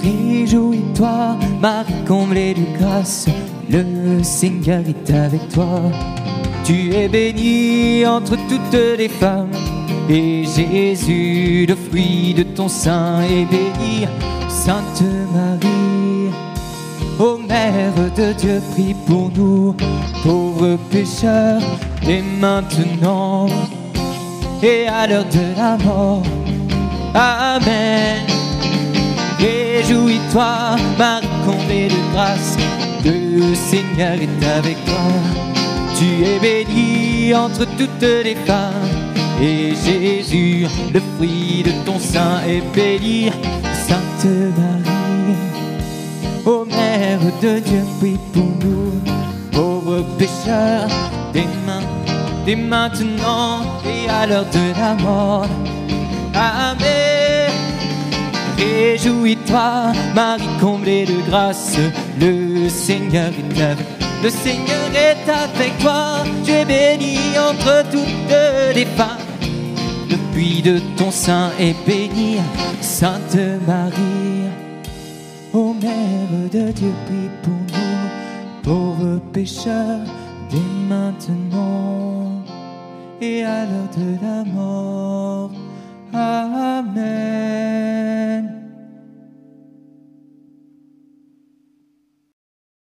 Réjouis-toi, Marie comblée de grâce, le Seigneur est avec toi. Tu es bénie entre toutes les femmes, et Jésus, le fruit de ton sein, est béni. Sainte Marie, ô Mère de Dieu, prie pour nous, pauvres pécheurs, et maintenant, et à l'heure de la mort. Amen. Réjouis-toi, Marie comblée de grâce, le Seigneur est avec toi. Tu es bénie entre toutes les femmes, et Jésus, le fruit de ton sein, est béni. Sainte Marie, ô Mère de Dieu, prie pour nous, pauvres pécheurs, dès maintenant et à l'heure de la mort. Amen. Réjouis-toi, Marie comblée de grâce, le Seigneur est avec toi. Le Seigneur est avec toi, tu es bénie entre toutes les femmes. Le puits de ton sein est béni. Sainte Marie, ô Mère de Dieu, prie pour nous, pauvres pécheurs, dès maintenant et à l'heure de la mort. Amen.